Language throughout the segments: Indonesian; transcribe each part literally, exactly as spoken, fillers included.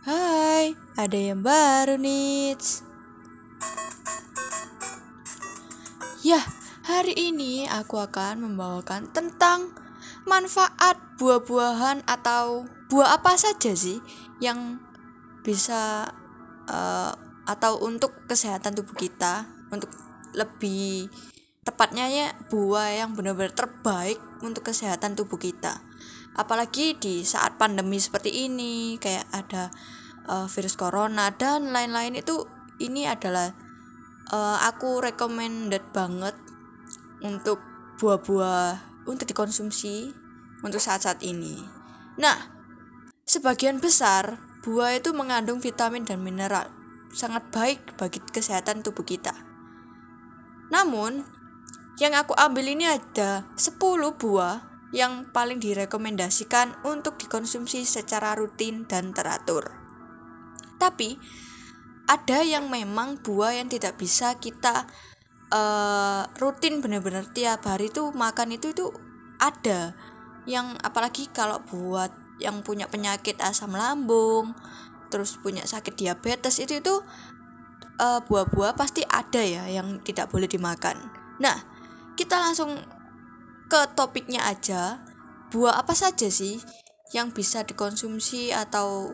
Hai, ada yang baru nih. Yah, hari ini aku akan membawakan tentang manfaat buah-buahan atau buah apa saja sih yang bisa uh, atau untuk kesehatan tubuh kita, untuk lebih tepatnya ya buah yang benar-benar terbaik untuk kesehatan tubuh kita. Apalagi di saat pandemi seperti ini, kayak ada uh, virus corona dan lain-lain itu, ini adalah uh, aku recommended banget untuk buah-buah untuk dikonsumsi untuk saat-saat ini. Nah, sebagian besar buah itu mengandung vitamin dan mineral, sangat baik bagi kesehatan tubuh kita. Namun, yang aku ambil ini ada sepuluh buah yang paling direkomendasikan untuk dikonsumsi secara rutin dan teratur. Tapi, ada yang memang buah yang tidak bisa kita uh, rutin benar-benar tiap hari tuh makan itu itu ada. Yang apalagi kalau buat yang punya penyakit asam lambung, terus punya sakit diabetes, itu itu uh, buah-buah pasti ada ya yang tidak boleh dimakan. Nah, kita langsung ke topiknya aja. Buah apa saja sih yang bisa dikonsumsi atau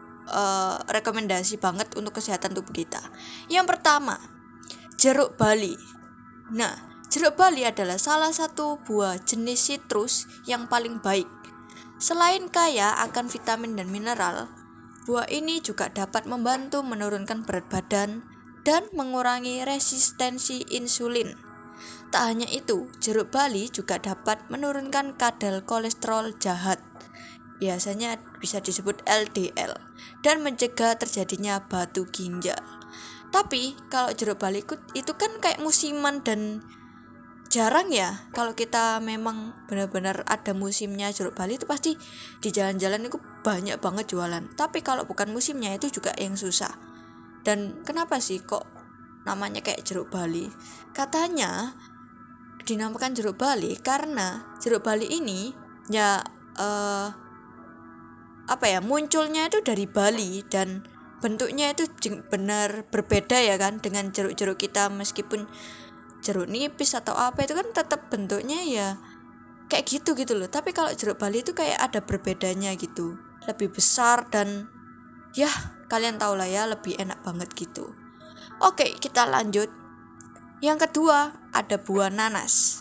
uh, rekomendasi banget untuk kesehatan tubuh kita? Yang pertama, jeruk bali. Nah, jeruk bali adalah salah satu buah jenis sitrus yang paling baik. Selain kaya akan vitamin dan mineral, buah ini juga dapat membantu menurunkan berat badan dan mengurangi resistensi insulin. Tak hanya itu, jeruk bali juga dapat menurunkan kadar kolesterol jahat, biasanya bisa disebut L D L, dan mencegah terjadinya batu ginjal. Tapi kalau jeruk bali itu kan kayak musiman dan jarang ya. Kalau kita memang benar-benar ada musimnya jeruk bali itu pasti di jalan-jalan itu banyak banget jualan. Tapi kalau bukan musimnya itu juga yang susah. Dan kenapa sih kok namanya kayak jeruk bali? Katanya dinamakan jeruk bali karena jeruk bali ini ya uh, apa ya munculnya itu dari Bali dan bentuknya itu benar berbeda ya kan dengan jeruk-jeruk kita. Meskipun jeruk nipis atau apa itu kan tetap bentuknya ya kayak gitu gitu loh. Tapi kalau jeruk bali itu kayak ada berbedanya gitu, lebih besar dan ya kalian tau lah ya, lebih enak banget gitu. Oke, kita lanjut. Yang kedua ada buah nanas.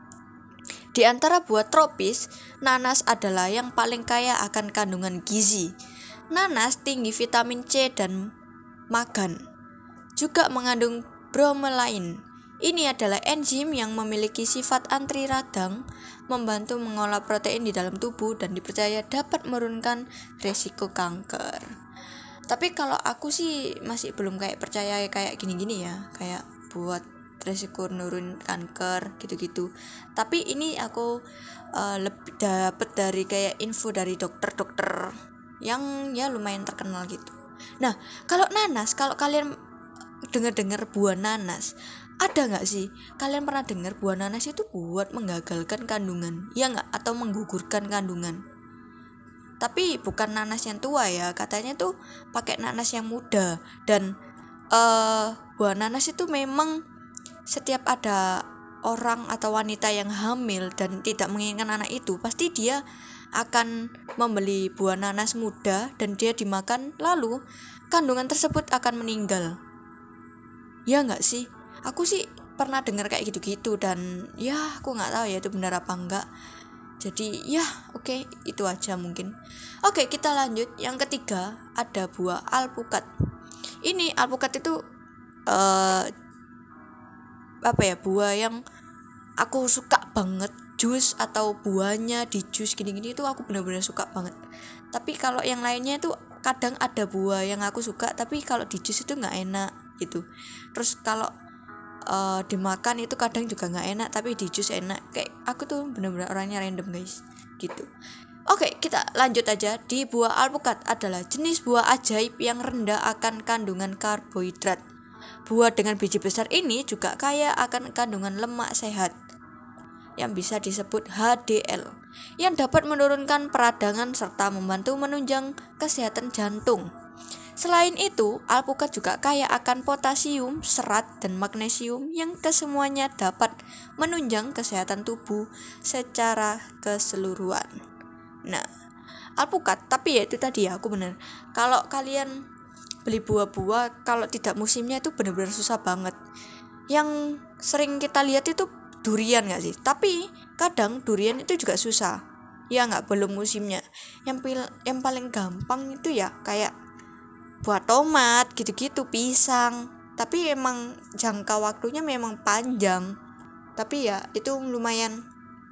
Di antara buah tropis, nanas adalah yang paling kaya akan kandungan gizi. Nanas tinggi vitamin C dan mangan. Juga mengandung bromelain. Ini adalah enzim yang memiliki sifat anti radang, membantu mengolah protein di dalam tubuh dan dipercaya dapat menurunkan resiko kanker. Tapi kalau aku sih masih belum kayak percaya kayak gini-gini ya, kayak buat resiko nurun kanker gitu-gitu. Tapi ini aku uh, lebih dapat dari kayak info dari dokter-dokter yang ya lumayan terkenal gitu. Nah, kalau nanas, kalau kalian dengar-dengar buah nanas, ada nggak sih kalian pernah dengar buah nanas itu buat menggagalkan kandungan, ya nggak? Atau menggugurkan kandungan? Tapi bukan nanas yang tua ya, katanya tuh pakai nanas yang muda. Dan uh, buah nanas itu memang setiap ada orang atau wanita yang hamil dan tidak menginginkan anak itu, pasti dia akan membeli buah nanas muda dan dia dimakan, lalu kandungan tersebut akan meninggal. Ya nggak sih? Aku sih pernah dengar kayak gitu-gitu dan ya aku nggak tahu ya itu benar apa enggak. Jadi ya oke, okay, itu aja mungkin. Oke, okay, kita lanjut. Yang ketiga ada buah alpukat. Ini alpukat itu uh, apa ya, buah yang aku suka banget. Jus atau buahnya di jus gini-gini itu aku benar-benar suka banget. Tapi kalau yang lainnya itu kadang ada buah yang aku suka tapi kalau di jus itu nggak enak gitu. Terus kalau uh, dimakan itu kadang juga nggak enak tapi di jus enak. Kayak aku tuh benar-benar orangnya random guys gitu. Oke, kita lanjut aja. Di buah alpukat adalah jenis buah ajaib yang rendah akan kandungan karbohidrat. Buah dengan biji besar ini juga kaya akan kandungan lemak sehat. yang bisa disebut H D L yang dapat menurunkan peradangan serta membantu menunjang kesehatan jantung. Selain itu, alpukat juga kaya akan potasium, serat, dan magnesium yang kesemuanya dapat menunjang kesehatan tubuh secara keseluruhan. Nah, alpukat, tapi ya itu tadi ya, aku bener. Kalau kalian beli buah-buah, kalau tidak musimnya itu benar-benar susah banget. Yang sering kita lihat itu durian gak sih? Tapi kadang durian itu juga susah. Ya gak, belum musimnya. Yang, pil- yang paling gampang itu ya kayak buah tomat gitu-gitu, pisang, tapi emang jangka waktunya memang panjang, tapi ya itu lumayan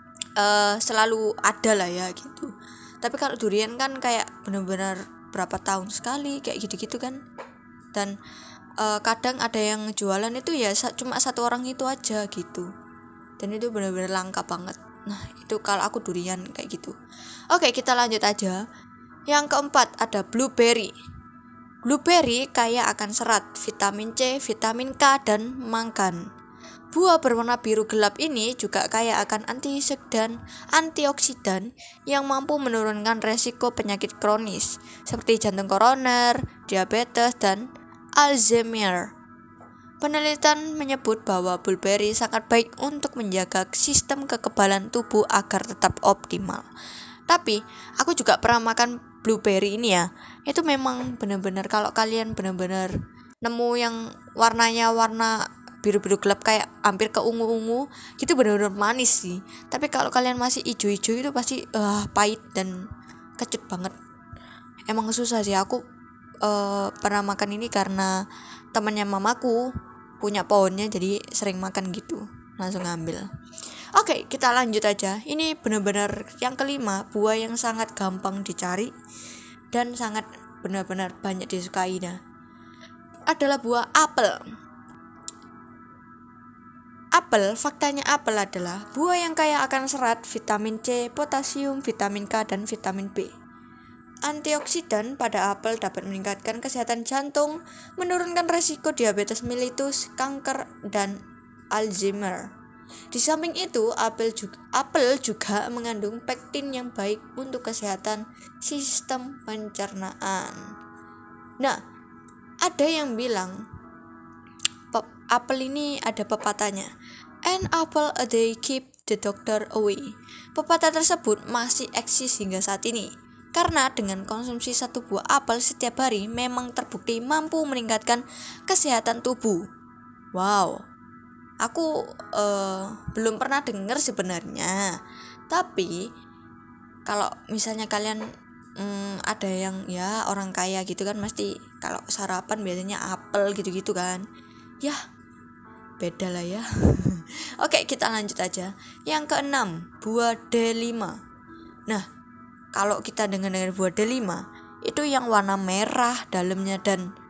uh, selalu ada lah ya gitu. Tapi kalau durian kan kayak benar-benar berapa tahun sekali kayak gitu-gitu kan, dan uh, kadang ada yang jualan itu ya cuma satu orang itu aja gitu, dan itu benar-benar langka banget. Nah itu kalau aku durian kayak gitu. Oke, kita lanjut aja. Yang keempat ada blueberry. Blueberry kaya akan serat, vitamin C, vitamin K, dan mangan. Buah berwarna biru gelap ini juga kaya akan antioksidan, antioksidan yang mampu menurunkan resiko penyakit kronis seperti jantung koroner, diabetes, dan Alzheimer. Penelitian menyebut bahwa blueberry sangat baik untuk menjaga sistem kekebalan tubuh agar tetap optimal. Tapi aku juga pernah makan blueberry ini ya, itu memang benar-benar kalau kalian benar-benar nemu yang warnanya warna biru-biru gelap kayak hampir ke ungu-ungu gitu, benar-benar manis sih. Tapi kalau kalian masih hijau-hijau itu pasti uh, pahit dan kecut banget. Emang susah sih. Aku uh, pernah makan ini karena temannya mamaku punya pohonnya, jadi sering makan gitu, langsung ngambil. Oke, kita lanjut aja. Ini benar-benar yang kelima, buah yang sangat gampang dicari dan sangat benar-benar banyak disukai nah, adalah buah apel. Apel, faktanya apel adalah buah yang kaya akan serat, vitamin C, potasium, vitamin K, dan vitamin B. Antioksidan pada apel dapat meningkatkan kesehatan jantung, menurunkan resiko diabetes mellitus, kanker, dan Alzheimer. Di samping itu, apel juga, apel juga mengandung pektin yang baik untuk kesehatan sistem pencernaan. Nah, ada yang bilang apel ini ada pepatahnya, "An apple a day keep the doctor away." Pepatah tersebut masih eksis hingga saat ini, karena dengan konsumsi satu buah apel setiap hari memang terbukti mampu meningkatkan kesehatan tubuh. Wow. Aku uh, belum pernah dengar sebenarnya, tapi kalau misalnya kalian um, ada yang ya orang kaya gitu kan, mesti kalau sarapan biasanya apel gitu-gitu kan, ya beda lah ya. Oke, kita lanjut aja. Yang keenam, buah delima. Nah, kalau kita dengar-dengar buah delima itu yang warna merah dalamnya, dan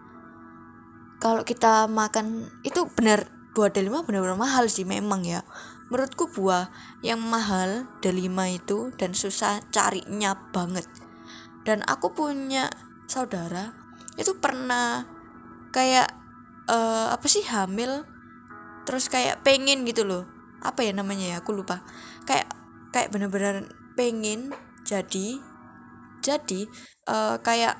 kalau kita makan itu benar, buah delima benar-benar mahal sih memang ya. Menurutku buah yang mahal delima itu dan susah carinya banget. Dan aku punya saudara itu pernah kayak uh, apa sih hamil, terus kayak pengen gitu loh. Apa ya namanya ya, aku lupa. Kayak kayak benar-benar pengen jadi jadi uh, kayak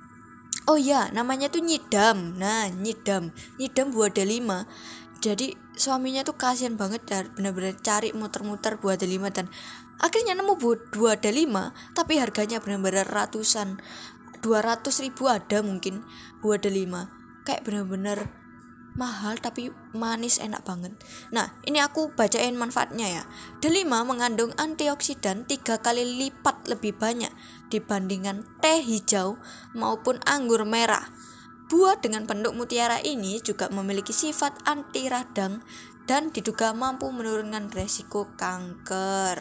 oh ya namanya tuh nyidam. Nah, nyidam. Nyidam buah delima. Jadi suaminya tuh kasihan banget dan benar-benar cari muter-muter buah delima, dan akhirnya nemu buah delima, tapi harganya benar-benar ratusan, dua ratus ribu ada mungkin buah delima. Kayak benar-benar mahal tapi manis, enak banget. Nah, ini aku bacain manfaatnya ya. Delima mengandung antioksidan tiga kali lipat lebih banyak dibandingkan teh hijau maupun anggur merah. Buah dengan bentuk mutiara ini juga memiliki sifat anti radang dan diduga mampu menurunkan resiko kanker.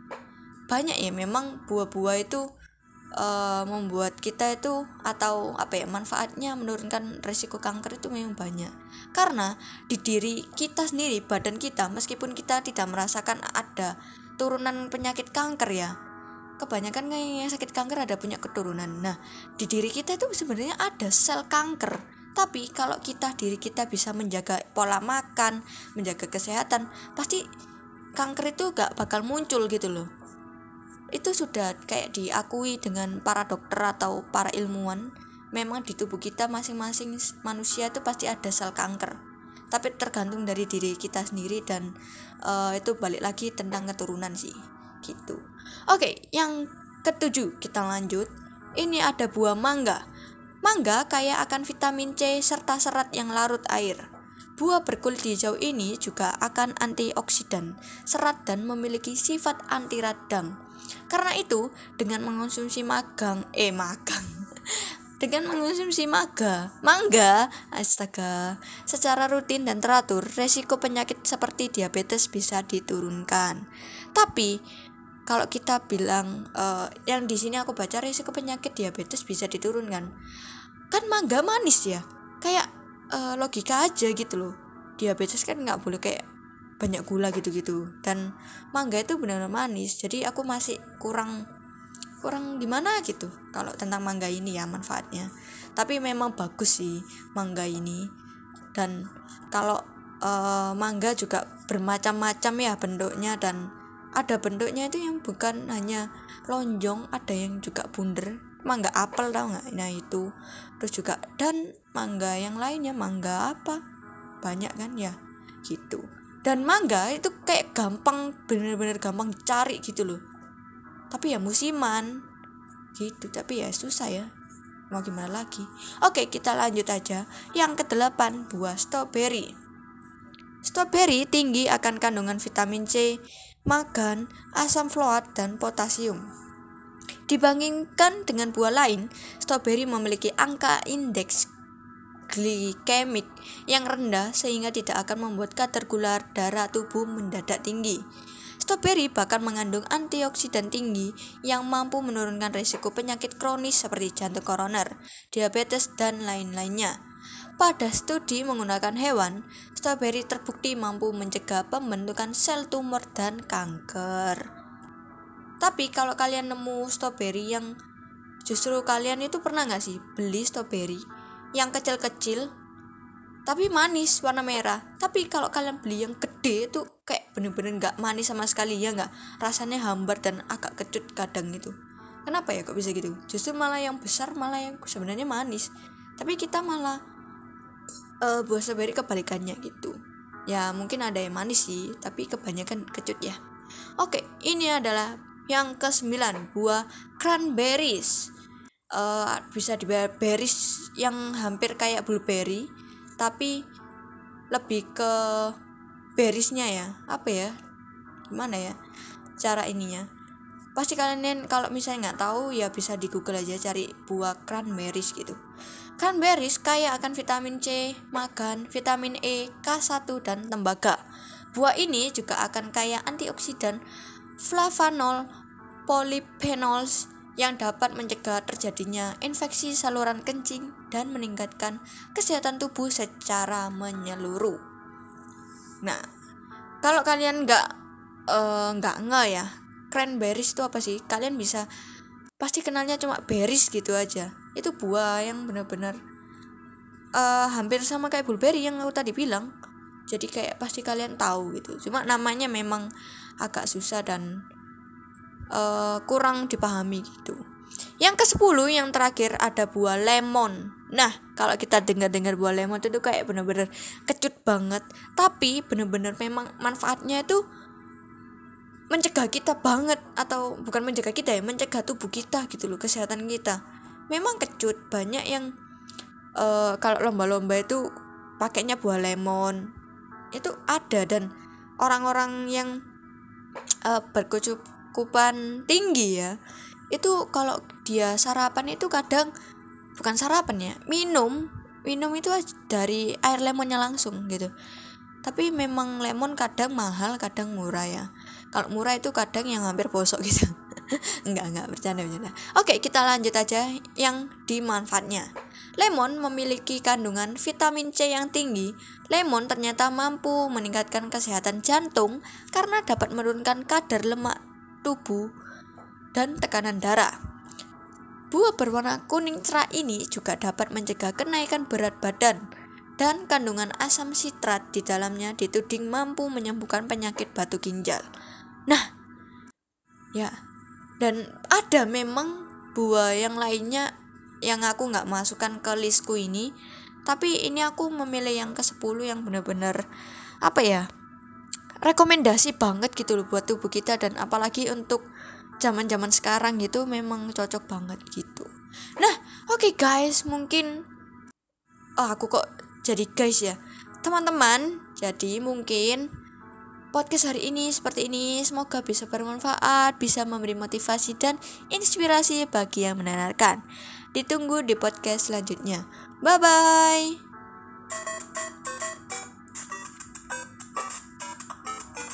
Banyak ya memang buah-buah itu uh, membuat kita itu atau apa ya manfaatnya menurunkan resiko kanker itu memang banyak. Karena di diri kita sendiri, badan kita, meskipun kita tidak merasakan ada turunan penyakit kanker ya, kebanyakan yang sakit kanker ada punya keturunan. Nah, di diri kita itu sebenarnya ada sel kanker. Tapi kalau kita diri kita bisa menjaga pola makan, menjaga kesehatan, pasti kanker itu gak bakal muncul gitu loh. Itu sudah kayak diakui dengan para dokter atau para ilmuwan. Memang di tubuh kita masing-masing manusia itu pasti ada sel kanker, tapi tergantung dari diri kita sendiri, dan uh, itu balik lagi tentang keturunan sih gitu. Oke, yang ketujuh kita lanjut. Ini ada buah mangga. Mangga kaya akan vitamin C serta serat yang larut air. Buah berkulit hijau ini juga akan antioksidan, serat, dan memiliki sifat anti radang. Karena itu, dengan mengonsumsi magang, eh magang, dengan mengonsumsi maga, mangga, astaga, secara rutin dan teratur, resiko penyakit seperti diabetes bisa diturunkan. Tapi kalau kita bilang uh, yang di sini aku baca resiko penyakit diabetes bisa diturunkan, kan mangga manis ya, kayak uh, logika aja gitu loh. Diabetes kan nggak boleh kayak banyak gula gitu-gitu, dan mangga itu benar-benar manis. Jadi aku masih kurang kurang gimana gitu kalau tentang mangga ini ya manfaatnya. Tapi memang bagus sih mangga ini, dan kalau uh, mangga juga bermacam-macam ya bentuknya, dan ada bentuknya itu yang bukan hanya lonjong, ada yang juga bunder, mangga apel tau nggak? Nah itu, terus juga dan mangga yang lainnya, mangga apa banyak kan ya gitu. Dan mangga itu kayak gampang, bener-bener gampang dicari gitu loh, tapi ya musiman gitu, tapi ya susah ya, mau gimana lagi. Oke, kita lanjut aja. Yang kedelapan, buah strawberry. Strawberry tinggi akan kandungan vitamin C, mangan, asam folat, dan potasium. Dibandingkan dengan buah lain, strawberry memiliki angka indeks glikemik yang rendah sehingga tidak akan membuat kadar gula darah tubuh mendadak tinggi. Strawberry bahkan mengandung antioksidan tinggi yang mampu menurunkan risiko penyakit kronis seperti jantung koroner, diabetes, dan lain-lainnya. Pada studi menggunakan hewan, strawberry terbukti mampu mencegah pembentukan sel tumor dan kanker. Tapi kalau kalian nemu strawberry yang justru kalian itu pernah gak sih beli strawberry yang kecil-kecil tapi manis warna merah, tapi kalau kalian beli yang gede itu kayak bener-bener gak manis sama sekali ya gak? Rasanya hambar dan agak kecut kadang gitu. Kenapa ya kok bisa gitu? Justru malah yang besar malah yang sebenarnya manis, tapi kita malah uh, buah strawberry kebalikannya gitu. Ya mungkin ada yang manis sih, tapi kebanyakan kecut ya. Oke, ini adalah yang kesembilan, buah cranberries. Uh, bisa dibayar berries yang hampir kayak blueberry, tapi lebih ke berriesnya ya, apa ya, gimana ya cara ininya. Pasti kalian kalau misalnya nggak tahu ya bisa di Google aja, cari buah cranberries gitu. Cranberries kaya akan vitamin C, mangan, vitamin E, K satu, dan tembaga. Buah ini juga akan kaya antioksidan, flavanol, polyphenols yang dapat mencegah terjadinya infeksi saluran kencing dan meningkatkan kesehatan tubuh secara menyeluruh. Nah, kalau kalian nggak uh, nggak nge ya, cranberries itu apa sih? Kalian bisa pasti kenalnya cuma berries gitu aja. Itu buah yang benar-benar uh, hampir sama kayak blueberry yang aku tadi bilang. Jadi kayak pasti kalian tahu gitu. Cuma namanya memang agak susah dan Uh, kurang dipahami gitu. Yang kesepuluh, yang terakhir, ada buah lemon. Nah, kalau kita dengar-dengar buah lemon itu kayak benar-benar kecut banget, tapi benar-benar memang manfaatnya itu mencegah kita banget, atau bukan mencegah kita ya, mencegah tubuh kita gitu loh, kesehatan kita. Memang kecut, banyak yang uh, kalau lomba-lomba itu pakainya buah lemon. Itu ada, dan orang-orang yang uh, berkucup kupan tinggi ya, itu kalau dia sarapan itu kadang bukan sarapan ya, minum minum itu dari air lemonnya langsung gitu. Tapi memang lemon kadang mahal kadang murah ya. Kalau murah itu kadang yang hampir bosok gitu. enggak enggak bercanda bercanda Oke, kita lanjut aja yang dimanfaatnya. Lemon memiliki kandungan vitamin C yang tinggi. Lemon ternyata mampu meningkatkan kesehatan jantung karena dapat menurunkan kadar lemak tubuh dan tekanan darah. Buah berwarna kuning cerah ini juga dapat mencegah kenaikan berat badan dan kandungan asam sitrat di dalamnya dituding mampu menyembuhkan penyakit batu ginjal. Nah, ya, dan ada memang buah yang lainnya yang aku nggak masukkan ke listku ini, tapi ini aku memilih yang ke sepuluh yang benar-benar apa ya, rekomendasi banget gitu loh buat tubuh kita, dan apalagi untuk zaman-zaman sekarang gitu memang cocok banget gitu. Nah, oke okay guys, mungkin oh aku kok jadi guys ya. Teman-teman, jadi mungkin podcast hari ini seperti ini, semoga bisa bermanfaat, bisa memberi motivasi dan inspirasi bagi yang mendengarkan. Ditunggu di podcast selanjutnya. Bye bye.